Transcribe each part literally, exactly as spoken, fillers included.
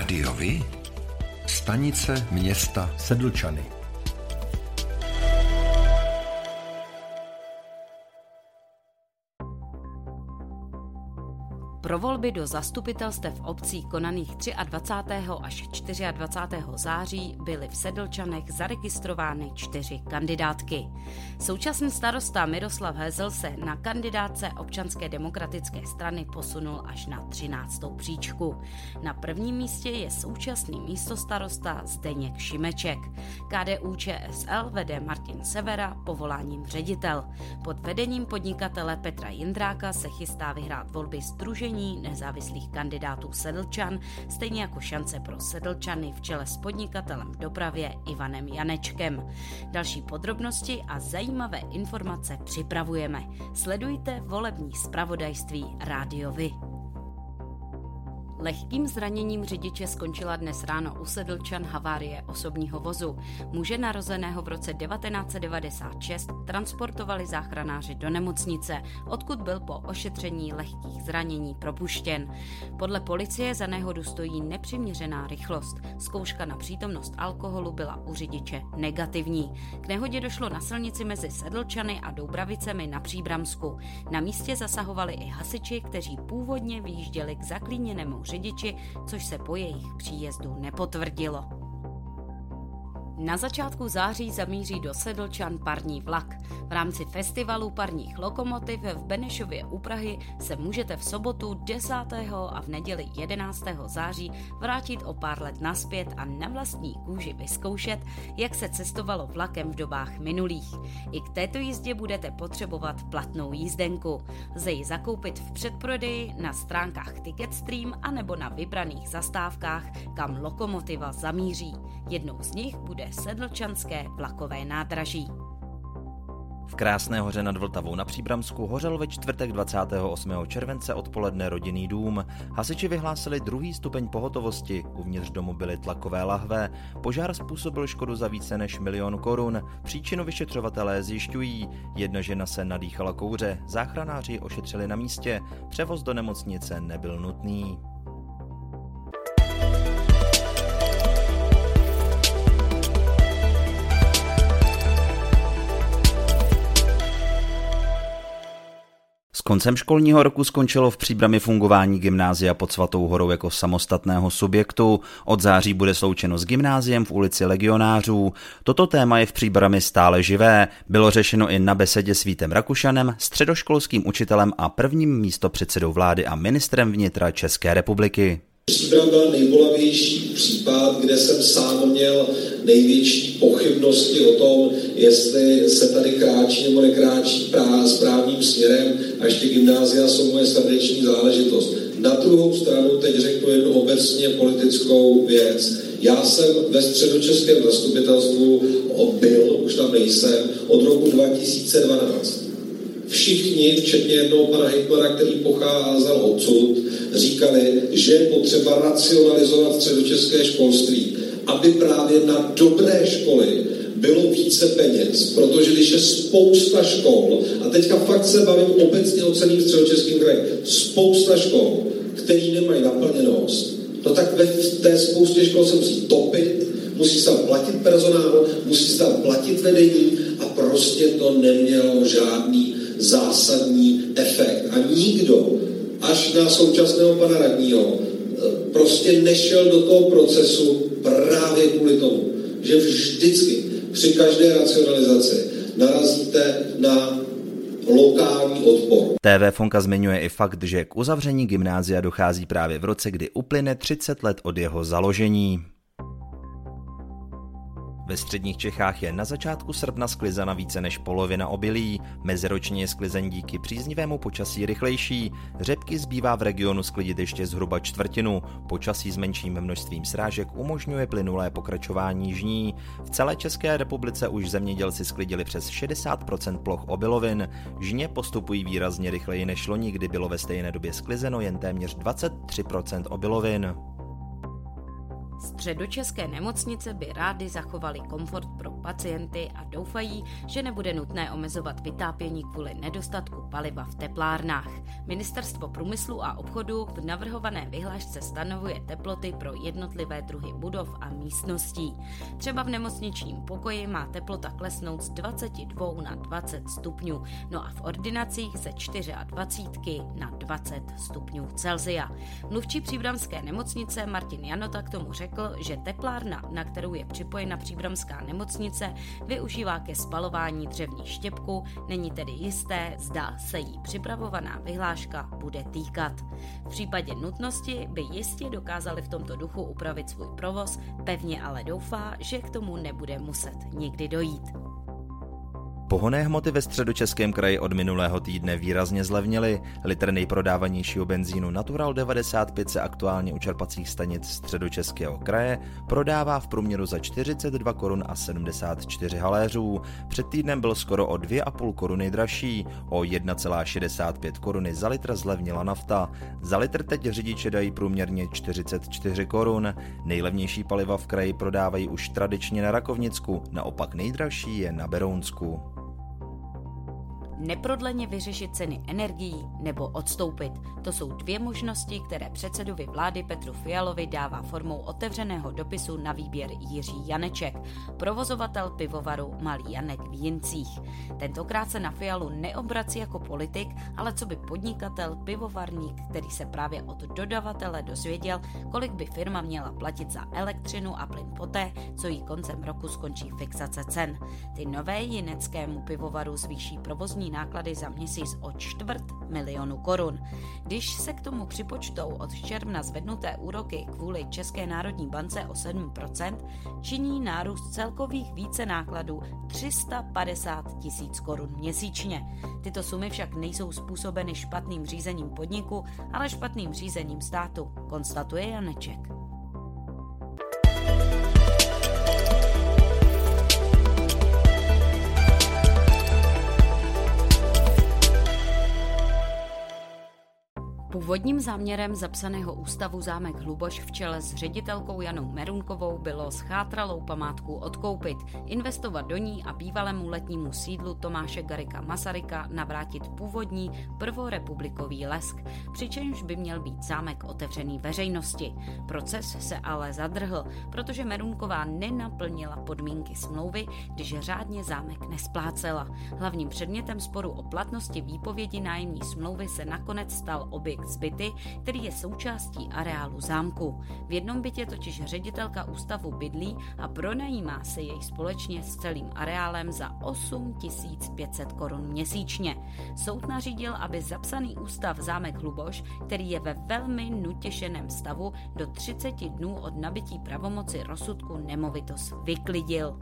Rádiovi? Stanice města Sedlčany. Pro volby do zastupitelstev obcí konaných dvacátého třetího až dvacátého čtvrtého září byly v Sedlčanech zaregistrovány čtyři kandidátky. Současný starosta Miroslav Hezel se na kandidátce Občanské demokratické strany posunul až na třináctou příčku. Na prvním místě je současný místostarosta Zdeněk Šimeček. K D U Č S L vede Martin Severa povoláním ředitel. Pod vedením podnikatele Petra Jindráka se chystá vyhrát volby sdružení nezávislých kandidátů Sedlčan, stejně jako šance pro Sedlčany v čele s podnikatelem v dopravě Ivanem Janečkem. Další podrobnosti a zajímavé informace připravujeme. Sledujte volební zpravodajství Rádiovi. Lehkým zraněním řidiče skončila dnes ráno u Sedlčan havárie osobního vozu. Muže narozeného v roce devatenáct set devadesát šest transportovali záchranáři do nemocnice, odkud byl po ošetření lehkých zranění propuštěn. Podle policie za nehodu stojí nepřiměřená rychlost. Zkouška na přítomnost alkoholu byla u řidiče negativní. K nehodě došlo na silnici mezi Sedlčany a Doubravicemi na Příbramsku. Na místě zasahovali i hasiči, kteří původně vyjížděli k zaklíněnému řidiči, což se po jejich příjezdu nepotvrdilo. Na začátku září zamíří do Sedlčan parní vlak. V rámci festivalu parních lokomotiv v Benešově u Prahy se můžete v sobotu desátého a v neděli jedenáctého září vrátit o pár let nazpět a na vlastní kůži vyzkoušet, jak se cestovalo vlakem v dobách minulých. I k této jízdě budete potřebovat platnou jízdenku. Lze ji zakoupit v předprodeji na stránkách Ticketstream anebo na vybraných zastávkách, kam lokomotiva zamíří. Jednou z nich bude Sedlčanské vlakové nádraží. V Krásné Hoře nad Vltavou na Příbramsku hořel ve čtvrtek dvacátého osmého července odpoledne rodinný dům. Hasiči vyhlásili druhý stupeň pohotovosti, uvnitř domu byly tlakové lahve. Požár způsobil škodu za více než milion korun. Příčinu vyšetřovatelé zjišťují. Jedna žena se nadýchala kouře, záchranáři ošetřili na místě. Převoz do nemocnice nebyl nutný. S koncem školního roku skončilo v Příbrami fungování gymnázia pod Svatou Horou jako samostatného subjektu. Od září bude sloučeno s gymnáziem v ulici Legionářů. Toto téma je v Příbrami stále živé. Bylo řešeno i na besedě s Vítem Rakušanem, středoškolským učitelem a prvním místopředsedou vlády a ministrem vnitra České republiky. Příbram byl nejbolavější případ, kde jsem sám měl největší pochybnosti o tom, jestli se tady kráčí nebo nekráčí správným směrem, a ještě gymnázia jsou moje srdeční záležitost. Na druhou stranu teď řeknu jednu obecně politickou věc. Já jsem ve středočeském zastupitelstvu byl, už tam nejsem, od roku dva tisíce dvanáct. Všichni, včetně jednoho pana hejtmana, který pocházel odsud, říkali, že je potřeba racionalizovat středočeské školství, aby právě na dobré školy bylo více peněz, protože když je spousta škol, a teďka fakt se bavím obecně o celým středočeském kraji, spousta škol, který nemají naplněnost, no tak ve té spoustě škol se musí topit, musí se tam platit personál, musí se tam platit vedení a prostě to nemělo žádný zásadní efekt. A nikdo, až na současného pana radního, prostě nešel do toho procesu právě kvůli tomu, že vždycky při každé racionalizaci narazíte na lokální odpor. T V Fonka zmiňuje i fakt, že k uzavření gymnázia dochází právě v roce, kdy uplyne třicet let od jeho založení. Ve středních Čechách je na začátku srpna sklizena více než polovina obilí. Meziročně je sklizeň díky příznivému počasí rychlejší. Řepky zbývá v regionu sklidit ještě zhruba čtvrtinu. Počasí s menším množstvím srážek umožňuje plynulé pokračování žní. V celé České republice už zemědělci sklidili přes šedesát procent ploch obilovin. Žně postupují výrazně rychleji než loni, kdy bylo ve stejné době sklizeno jen téměř dvacet tři procent obilovin. Středočeské nemocnice by rády zachovali komfort pro pacienty a doufají, že nebude nutné omezovat vytápění kvůli nedostatku paliva v teplárnách. Ministerstvo průmyslu a obchodu v navrhované vyhlášce stanovuje teploty pro jednotlivé druhy budov a místností. Třeba v nemocničním pokoji má teplota klesnout z dvacet dva na dvacet stupňů, no a v ordinacích ze dvacet čtyři na dvacet stupňů Celsia. Mluvčí příbramské nemocnice Martin Janota k tomu řekl, že teplárna, na kterou je připojena příbramská nemocnice, využívá ke spalování dřevní štěpku, není tedy jisté, zda se jí připravovaná vyhláška bude týkat. V případě nutnosti by jistě dokázali v tomto duchu upravit svůj provoz, pevně ale doufá, že k tomu nebude muset nikdy dojít. Pohonné hmoty ve Středočeském kraji od minulého týdne výrazně zlevnily. Litr nejprodávanějšího benzínu Natural devadesát pět se aktuálně u čerpacích stanic Středočeského kraje prodává v průměru za čtyřicet dva korun a sedmdesát čtyři haléřů. Před týdnem byl skoro o dvě a půl koruny dražší. O jedna celá šedesát pět koruny za litr zlevnila nafta. Za litr teď řidiči dají průměrně čtyřicet čtyři korun. Nejlevnější paliva v kraji prodávají už tradičně na Rakovnicku, naopak nejdražší je na Berounsku. Neprodleně vyřešit ceny energií nebo odstoupit. To jsou dvě možnosti, které předsedovi vlády Petru Fialovi dává formou otevřeného dopisu na výběr Jiří Janeček, provozovatel pivovaru Malý Janek v Jincích. Tentokrát se na Fialu neobrací jako politik, ale co by podnikatel, pivovarník, který se právě od dodavatele dozvěděl, kolik by firma měla platit za elektřinu a plyn poté, co jí koncem roku skončí fixace cen. Ty nové jineckému pivovaru zvýší provozní náklady za měsíc o čtvrt milionu korun. Když se k tomu připočtou od června zvednuté úroky kvůli České národní bance o sedm procent, činí nárůst celkových více nákladů tři sta padesát tisíc korun měsíčně. Tyto sumy však nejsou způsobeny špatným řízením podniku, ale špatným řízením státu, konstatuje Janeček. Původním záměrem zapsaného ústavu Zámek Hluboš v čele s ředitelkou Janou Merunkovou bylo schátralou památku odkoupit, investovat do ní a bývalému letnímu sídlu Tomáše Garrigua Masaryka navrátit původní prvorepublikový lesk, přičemž by měl být zámek otevřený veřejnosti. Proces se ale zadrhl, protože Merunková nenaplnila podmínky smlouvy, když řádně zámek nesplácela. Hlavním předmětem sporu o platnosti výpovědi nájemní smlouvy se nakonec stal objekt z byty, který je součástí areálu zámku. V jednom bytě totiž ředitelka ústavu bydlí a pronajímá se jej společně s celým areálem za osm tisíc pět set korun měsíčně. Soud nařídil, aby zapsaný ústav Zámek Hluboš, který je ve velmi nutěšeném stavu, do třicet dnů od nabytí pravomoci rozsudku nemovitost vyklidil.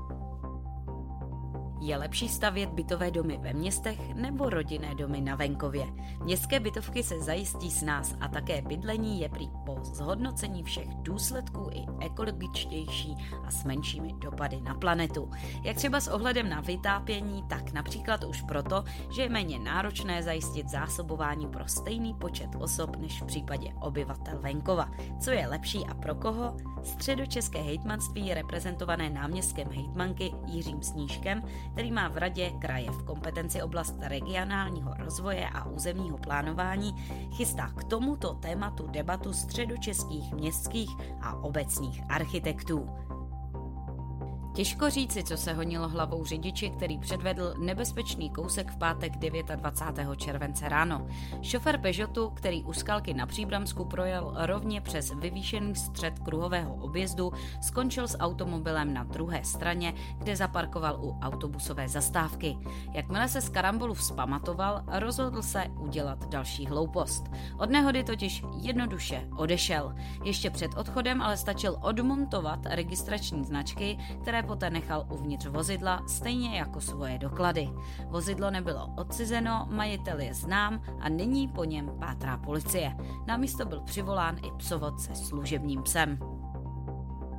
Je lepší stavět bytové domy ve městech nebo rodinné domy na venkově? Městské bytovky se zajistí s nás a také bydlení je prý po zhodnocení všech důsledků i ekologičtější a s menšími dopady na planetu. Jak třeba s ohledem na vytápění, tak například už proto, že je méně náročné zajistit zásobování pro stejný počet osob než v případě obyvatel venkova. Co je lepší a pro koho? Středočeské hejtmanství je reprezentované náměstkem hejtmanky Jiřím Snížkem, který má v radě kraje v kompetenci oblast regionálního rozvoje a územního plánování, chystá k tomuto tématu debatu středočeských městských a obecních architektů. Těžko říci, co se honilo hlavou řidiči, který předvedl nebezpečný kousek v pátek dvacátého devátého července ráno. Šofér Peugeotu, který u Skalky na Příbramsku projel rovně přes vyvýšený střed kruhového objezdu, skončil s automobilem na druhé straně, kde zaparkoval u autobusové zastávky. Jakmile se z karambolu vzpamatoval, rozhodl se udělat další hloupost. Od nehody totiž jednoduše odešel. Ještě před odchodem ale stačil odmontovat registrační značky, které poté nechal uvnitř vozidla, stejně jako svoje doklady. Vozidlo nebylo odcizeno, majitel je znám a nyní po něm pátrá policie. Na místo byl přivolán i psovod se služebním psem.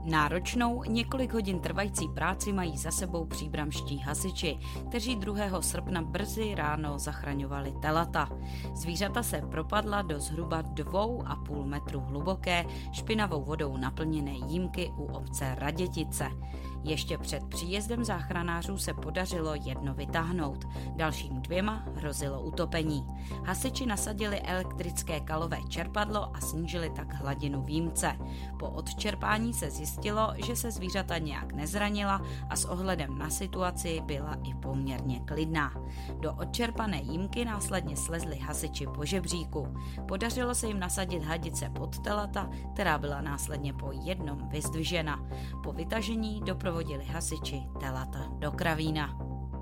Náročnou, několik hodin trvající práci mají za sebou příbramští hasiči, kteří druhého srpna brzy ráno zachraňovali telata. Zvířata se propadla do zhruba dvou a půl metru hluboké, špinavou vodou naplněné jímky u obce Radětice. Ještě před příjezdem záchranářů se podařilo jedno vytáhnout, dalším dvěma hrozilo utopení. Hasiči nasadili elektrické kalové čerpadlo a snížili tak hladinu v jímce. Po odčerpání se zjistilo, že se zvířata nějak nezranila a s ohledem na situaci byla i poměrně klidná. Do odčerpané jímky následně slezli hasiči po žebříku. Podařilo se jim nasadit hadice pod telata, která byla následně po jednom vyzdvižena. Po vytažení doprovodili hasiči telata do kravína.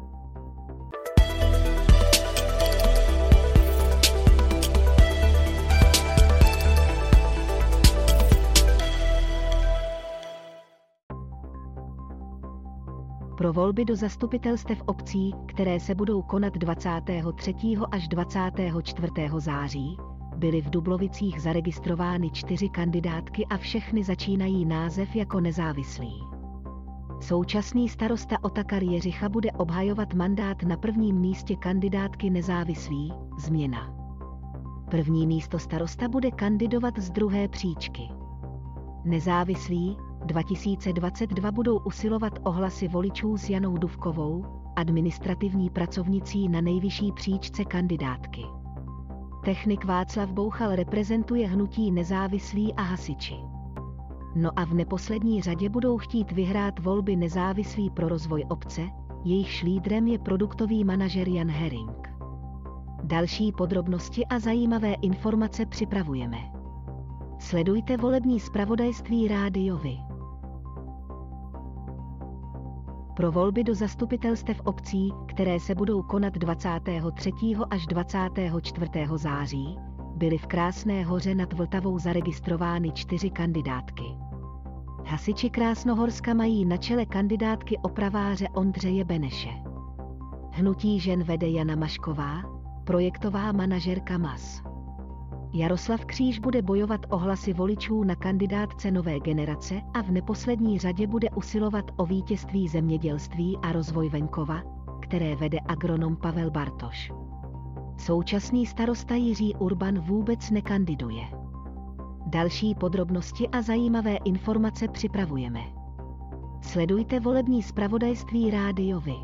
Pro volby do zastupitelstev obcí, které se budou konat dvacátého třetího až dvacátého čtvrtého září, byly v Dublovicích zaregistrovány čtyři kandidátky a všechny začínají název jako nezávislý. Současný starosta Otakar Jeřicha bude obhajovat mandát na prvním místě kandidátky nezávislý, Změna. První místo starosta bude kandidovat z druhé příčky. Nezávislí dva tisíce dvacet dva budou usilovat o hlasy voličů s Janou Dufkovou, administrativní pracovnicí na nejvyšší příčce kandidátky. Technik Václav Bouchal reprezentuje hnutí Nezávislí a hasiči. No a v neposlední řadě budou chtít vyhrát volby Nezávislí pro rozvoj obce, jejichž lídrem je produktový manažer Jan Herring. Další podrobnosti a zajímavé informace připravujeme. Sledujte volební zpravodajství Rádiovi. Pro volby do zastupitelstev obcí, které se budou konat dvacátého třetího až dvacátého čtvrtého září, byly v Krásné Hoře nad Vltavou zaregistrovány čtyři kandidátky. Hasiči Krásnohorska mají na čele kandidátky opraváře Ondřeje Beneše. Hnutí žen vede Jana Mašková, projektová manažerka M A S. Jaroslav Kříž bude bojovat o hlasy voličů na kandidátce Nové generace a v neposlední řadě bude usilovat o vítězství zemědělství a rozvoj venkova, které vede agronom Pavel Bartoš. Současný starosta Jiří Urban vůbec nekandiduje. Další podrobnosti a zajímavé informace připravujeme. Sledujte volební zpravodajství Rádiovi.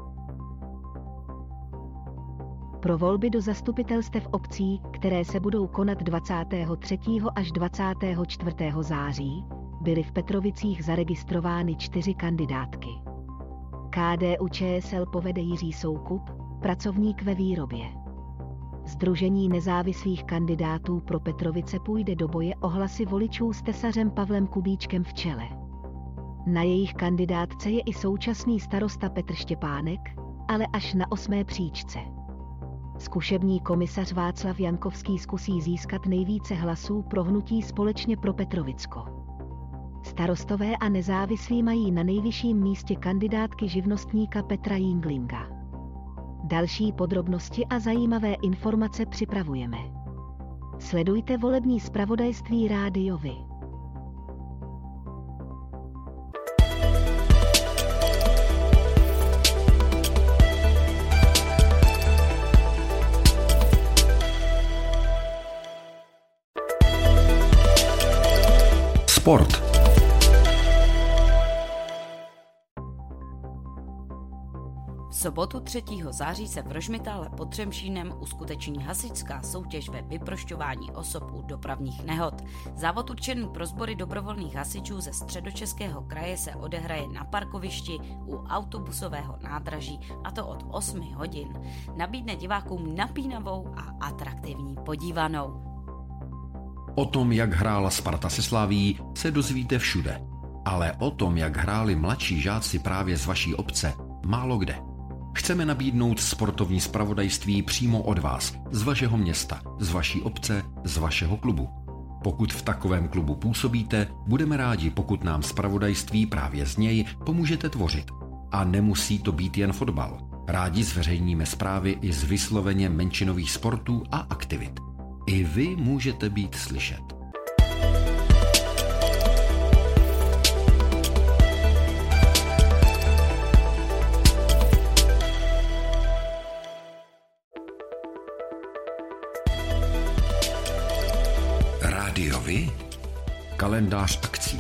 Pro volby do zastupitelstev obcí, které se budou konat dvacátého třetího až dvacátého čtvrtého září, byly v Petrovicích zaregistrovány čtyři kandidátky. K D U Č S L povede Jiří Soukup, pracovník ve výrobě. Sdružení nezávislých kandidátů pro Petrovice půjde do boje o hlasy voličů s tesařem Pavlem Kubíčkem v čele. Na jejich kandidátce je i současný starosta Petr Štěpánek, ale až na osmé příčce. Zkušební komisař Václav Jankovský zkusí získat nejvíce hlasů pro hnutí Společně pro Petrovicko. Starostové a nezávislí mají na nejvyšším místě kandidátky živnostníka Petra Jinglinga. Další podrobnosti a zajímavé informace připravujeme. Sledujte volební zpravodajství Rádiovi. Sport. V sobotu třetího září se v Rožmitále pod Třemšínem uskuteční hasičská soutěž ve vyprošťování osob u dopravních nehod. Závod určený pro sbory dobrovolných hasičů ze Středočeského kraje se odehraje na parkovišti u autobusového nádraží, a to od osmi hodin. Nabídne divákům napínavou a atraktivní podívanou. O tom, jak hrála Sparta se Slavií, se dozvíte všude. Ale o tom, jak hráli mladší žáci právě z vaší obce, málo kde. Chceme nabídnout sportovní zpravodajství přímo od vás, z vašeho města, z vaší obce, z vašeho klubu. Pokud v takovém klubu působíte, budeme rádi, pokud nám zpravodajství právě z něj pomůžete tvořit. A nemusí to být jen fotbal. Rádi zveřejníme zprávy i z vysloveně menšinových sportů a aktivit. I vy můžete být slyšet. Rádio Vy? Kalendář akcí.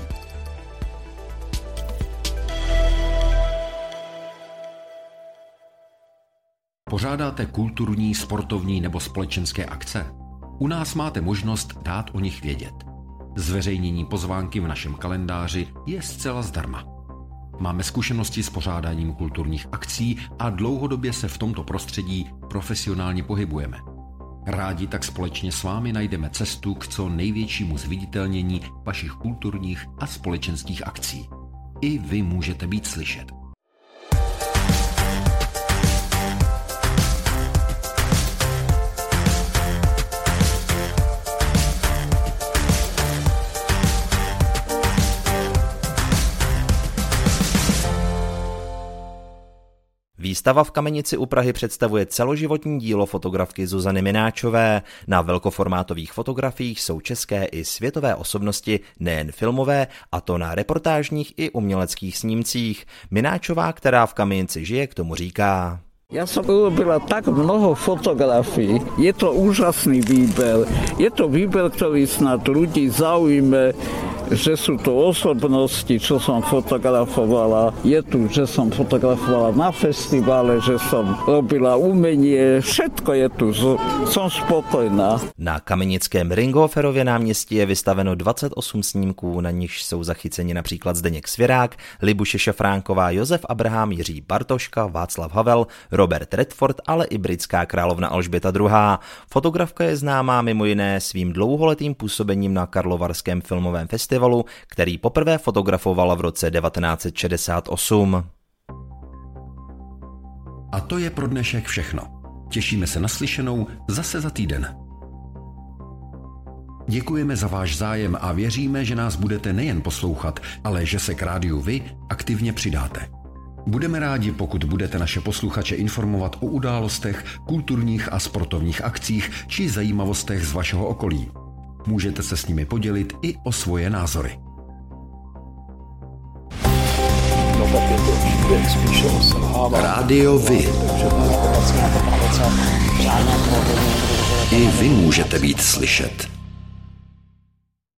Pořádáte kulturní, sportovní nebo společenské akce? U nás máte možnost dát o nich vědět. Zveřejnění pozvánky v našem kalendáři je zcela zdarma. Máme zkušenosti s pořádáním kulturních akcí a dlouhodobě se v tomto prostředí profesionálně pohybujeme. Rádi tak společně s vámi najdeme cestu k co největšímu zviditelnění vašich kulturních a společenských akcí. I vy můžete být slyšet. Výstava v Kamenici u Prahy představuje celoživotní dílo fotografky Zuzany Mináčové. Na velkoformátových fotografiích jsou české i světové osobnosti, nejen filmové, a to na reportážních i uměleckých snímcích. Mináčová, která v Kamenici žije, k tomu říká: Ja som urobila tak mnoho fotografií, je to úžasný výber. Je to výber, ktorý snad ľudí zaujme, že sú to osobnosti, čo som fotografovala. Je tu, že som fotografovala na festivale, že som robila umenie, všetko je tu, som spokojná. Na kamenickém Ringhoferově náměstí je vystaveno dvacet osm snímků, na nichž jsou zachyceni například Zdeněk Svěrák, Libuše Šafránková, Josef Abraham, Jiří Bartoška, Václav Havel, Robert Redford, ale i britská královna Alžběta druhá. Fotografka je známá mimo jiné svým dlouholetým působením na Karlovarském filmovém festivalu, který poprvé fotografovala v roce devatenáct set šedesát osm. A to je pro dnešek všechno. Těšíme se na slyšenou zase za týden. Děkujeme za váš zájem a věříme, že nás budete nejen poslouchat, ale že se k rádiu Vy aktivně přidáte. Budeme rádi, pokud budete naše posluchače informovat o událostech, kulturních a sportovních akcích či zajímavostech z vašeho okolí. Můžete se s nimi podělit i o svoje názory. Rádio Vy. I vy můžete být slyšet.